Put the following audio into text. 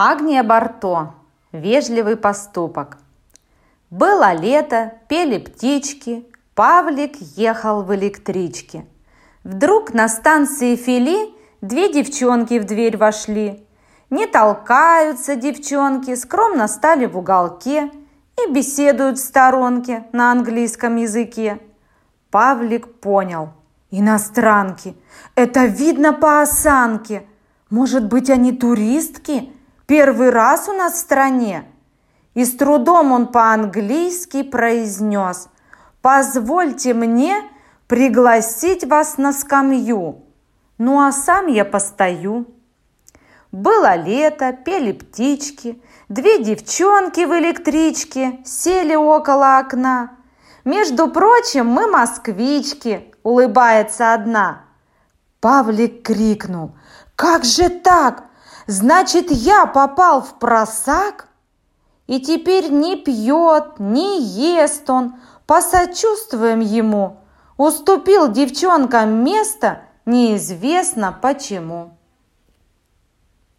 Агния Барто. Вежливый поступок. Было лето, пели птички, Павлик ехал в электричке. Вдруг на станции Фили две девчонки в дверь вошли. Не толкаются девчонки, скромно стали в уголке и беседуют в сторонке на английском языке. Павлик понял: иностранки, это видно по осанке. Может быть, они туристки? Первый раз у нас в стране. И с трудом он по-английски произнес: «Позвольте мне пригласить вас на скамью, ну а сам я постою». Было лето, пели птички, две девчонки в электричке сели около окна. «Между прочим, мы москвички», — улыбается одна. Павлик крикнул: «Как же так? Значит, я попал в просак?» И теперь не пьет, не ест он, посочувствуем ему. Уступил девчонкам место неизвестно почему.